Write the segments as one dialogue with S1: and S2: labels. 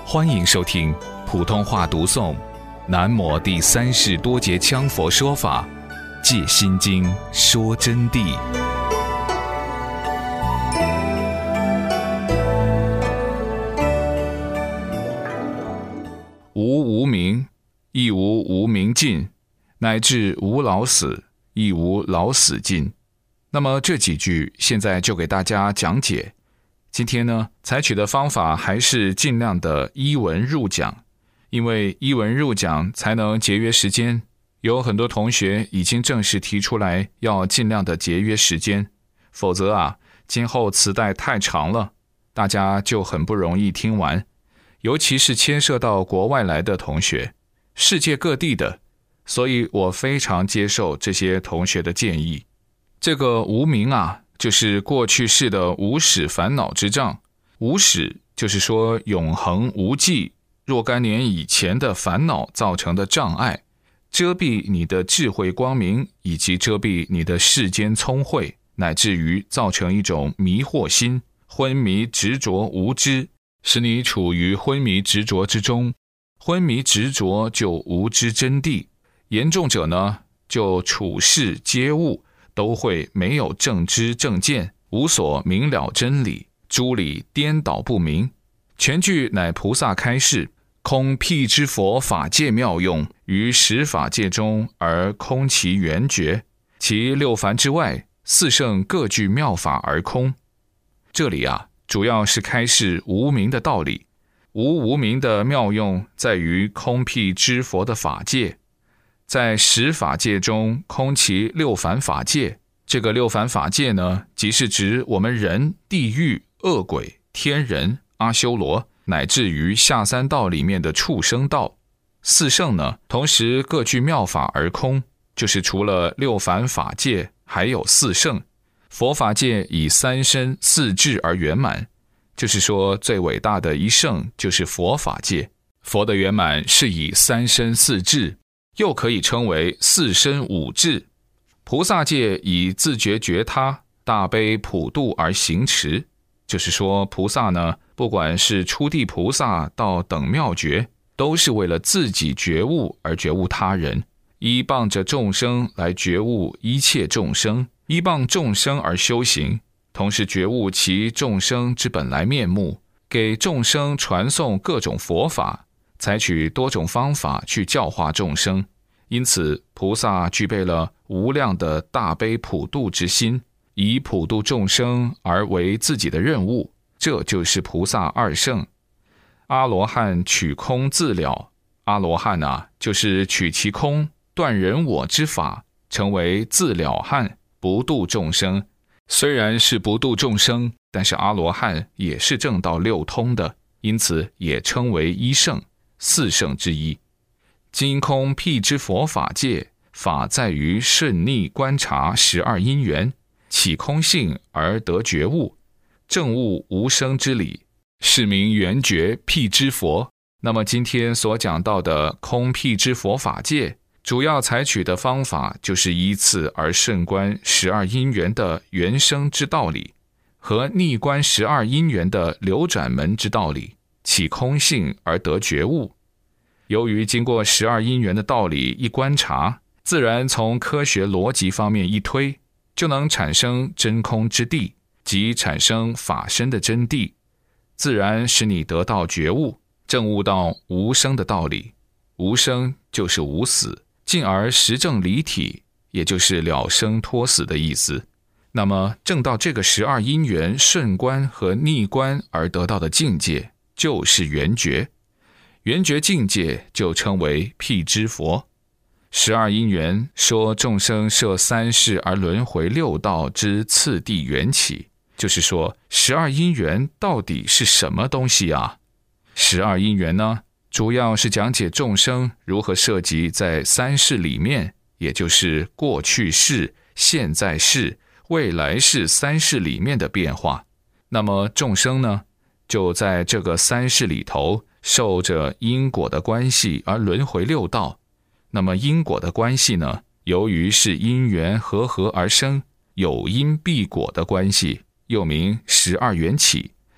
S1: 欢迎收听普通话读诵南摩第三世多杰羌佛说法戒心经说真谛。无明，亦无无明尽，乃至无老死，亦无老死尽。那么这几句现在就给大家讲解。今天呢，采取的方法还是尽量的依文入讲，因为依文入讲才能节约时间。有很多同学已经正式提出来要尽量的节约时间，否则今后磁带太长了，大家就很不容易听完。尤其是牵涉到国外来的同学，世界各地的，所以我非常接受这些同学的建议。这个无明就是过去世的无始烦恼之障。无始就是说永恒无际若干年以前的烦恼造成的障碍，遮蔽你的智慧光明，以及遮蔽你的世间聪慧，乃至于造成一种迷惑心，昏迷执着无知，使你处于昏迷执着之中。昏迷执着就无知真谛，严重者呢，就处事接物都会没有正知正见，无所明了真理，诸理颠倒不明。全句乃菩萨开示，空辟支佛法界妙用，于十法界中而空其圆觉，其六凡之外，四圣各具妙法而空。这里主要是开示无明的道理。无明的妙用在于空辟支佛的法界，在十法界中空其六凡法界。这个六凡法界呢，即是指我们人、地狱、恶鬼、天人、阿修罗，乃至于下三道里面的畜生道。四圣呢，同时各具妙法而空，就是除了六凡法界，还有四圣。佛法界以三身四智而圆满，就是说最伟大的一圣就是佛法界。佛的圆满是以三身四智，又可以称为四身五智。菩萨界以自觉觉他、大悲普度而行持，就是说菩萨呢，不管是初地菩萨到等妙觉，都是为了自己觉悟而觉悟他人，依傍着众生来觉悟一切众生，依傍众生而修行，同时觉悟其众生之本来面目，给众生传送各种佛法，采取多种方法去教化众生。因此菩萨具备了无量的大悲普度之心，以普度众生而为自己的任务，这就是菩萨二圣。阿罗汉取空自了，阿罗汉就是取其空，断人我之法，成为自了汉，不度众生。虽然是不度众生，但是阿罗汉也是证到六通的，因此也称为一圣，四圣之一。今空辟支佛法界，法在于顺逆观察12因缘，起空性而得觉悟，证悟无生之理，是名圆觉辟支佛。那么今天所讲到的空辟支佛法界，主要采取的方法就是依次而顺观12因缘的原生之道理，和逆观12因缘的流转门之道理，起空性而得觉悟。由于经过12因缘的道理一观察，自然从科学逻辑方面一推，就能产生真空之谛，即产生法身的真谛，自然使你得到觉悟，证悟到无生的道理。无生就是无死，进而实证离体，也就是了生脱死的意思。那么证到这个12因缘顺观和逆观而得到的境界，就是圆觉。圆觉境界就称为辟支佛。12因缘说众生摄三世而轮回六道之次第缘起，就是说12因缘到底是什么东西12因缘呢，主要是讲解众生如何涉及在三世里面，也就是过去世、现在世、未来世三世里面的变化。那么众生呢，就在这个三世里头受着因果的关系而轮回六道。那么因果的关系呢，由于是因缘和合而生，有因必果的关系，又名12缘起，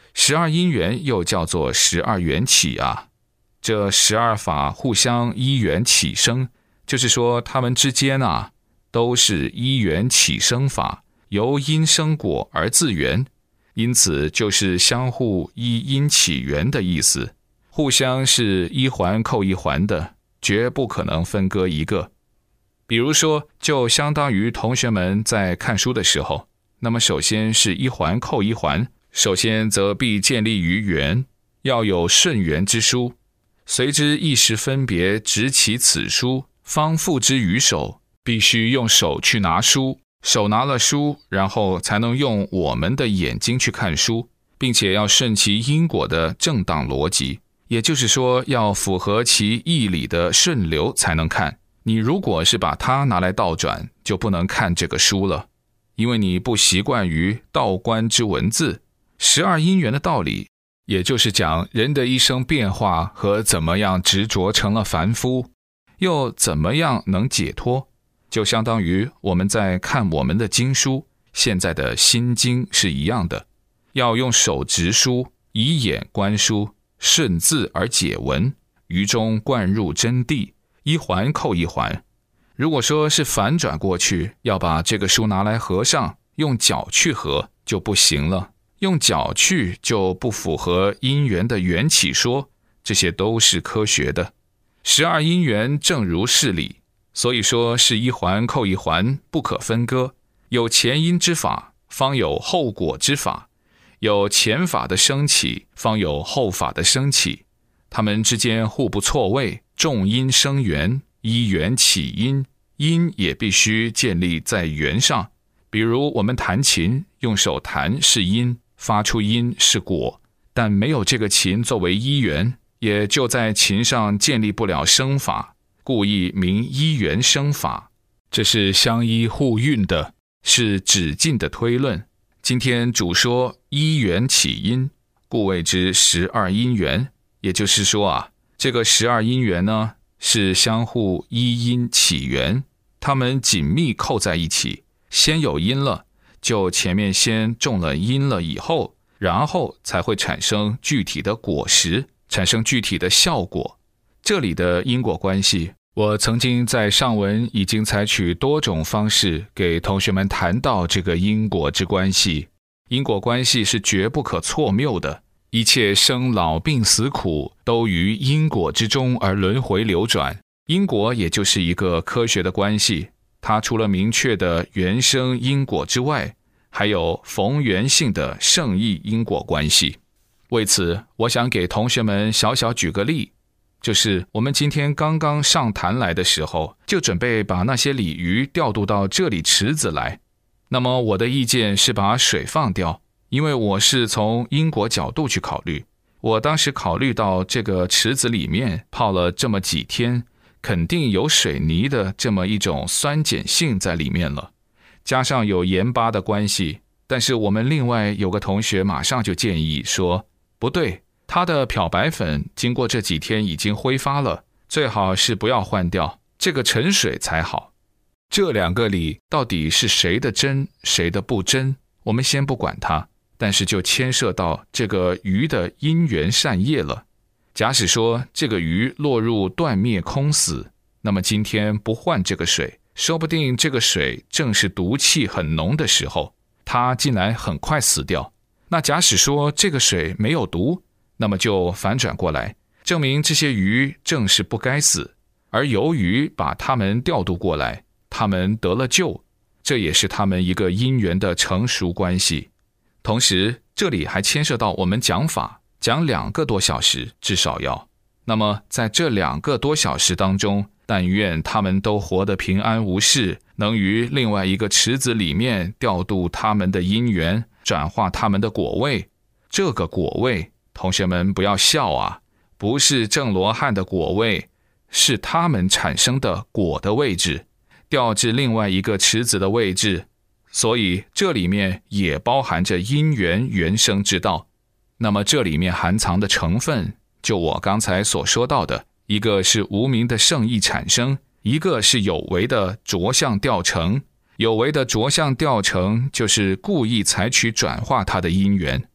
S1: 12因缘又叫做12缘起啊。这12法互相依缘起生，就是说它们之间啊，都是依缘起生法，由因生果而自缘，因此就是相互依因起缘的意思，互相是一环扣一环的，绝不可能分割一个。比如说，就相当于同学们在看书的时候，那么首先是一环扣一环，首先则必建立于缘，要有顺缘之书，随之意识分别执起此书，方付之于手，必须用手去拿书，手拿了书，然后才能用我们的眼睛去看书，并且要顺其因果的正当逻辑，也就是说要符合其义理的顺流才能看。你如果是把它拿来倒转，就不能看这个书了，因为你不习惯于道观之文字。12因缘的道理，也就是讲人的一生变化和怎么样执着成了凡夫，又怎么样能解脱，就相当于我们在看我们的经书，现在的心经是一样的，要用手执书，以眼观书，顺字而解文，于中灌入真谛，一环扣一环。如果说是反转过去，要把这个书拿来合上，用脚去合就不行了，用脚去就不符合因缘的缘起说，这些都是科学的。12因缘正如是理，所以说是一环扣一环，不可分割。有前因之法，方有后果之法；有前法的升起，方有后法的升起。它们之间互不错位，众因生缘，依缘起因，因也必须建立在缘上。比如我们弹琴，用手弹是因，发出音是果，但没有这个琴作为依缘，也就在琴上建立不了生法，故意名依缘生法。这是相依互运的，是止境的推论。今天主说依缘起因，故谓之12因缘。也就是说啊，这个12因缘呢，是相互依因起缘，它们紧密扣在一起，先有因了，就前面先种了因了以后，然后才会产生具体的果实，产生具体的效果。这里的因果关系，我曾经在上文已经采取多种方式给同学们谈到这个因果之关系。因果关系是绝不可错谬的，一切生老病死苦都于因果之中而轮回流转。因果也就是一个科学的关系，它除了明确的原生因果之外，还有逢缘性的圣意因果关系。为此，我想给同学们小小举个例，就是我们今天刚刚上坛来的时候，就准备把那些鲤鱼调度到这里池子来。那么我的意见是把水放掉，因为我是从因果角度去考虑。我当时考虑到这个池子里面泡了这么几天，肯定有水泥的这么一种酸碱性在里面了，加上有盐巴的关系。但是我们另外有个同学马上就建议说，不对，它的漂白粉经过这几天已经挥发了，最好是不要换掉，这个沉水才好。这两个理到底是谁的真，谁的不真，我们先不管它，但是就牵涉到这个鱼的因缘善业了。假使说这个鱼落入断灭空死，那么今天不换这个水，说不定这个水正是毒气很浓的时候，它竟然很快死掉。那假使说这个水没有毒，那么就反转过来，证明这些鱼正是不该死，而由于把它们调度过来，他们得了救，这也是他们一个因缘的成熟关系。同时这里还牵涉到我们讲法，讲2个多小时至少要。那么在这2个多小时当中，但愿他们都活得平安无事，能于另外一个池子里面调度他们的因缘，转化他们的果位。这个果位，同学们不要笑啊，不是正罗汉的果位，是他们产生的果的位置，调至另外一个池子的位置，所以这里面也包含着因缘原生之道。那么这里面含藏的成分，就我刚才所说到的，一个是无明的圣意产生，一个是有为的着相调成。有为的着相调成就是故意采取转化它的因缘。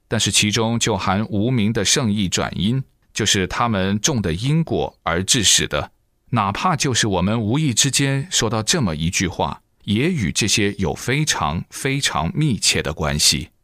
S1: 但是其中就含无名的圣意转因，就是他们种的因果而致使的。哪怕就是我们无意之间说到这么一句话，也与这些有非常非常密切的关系。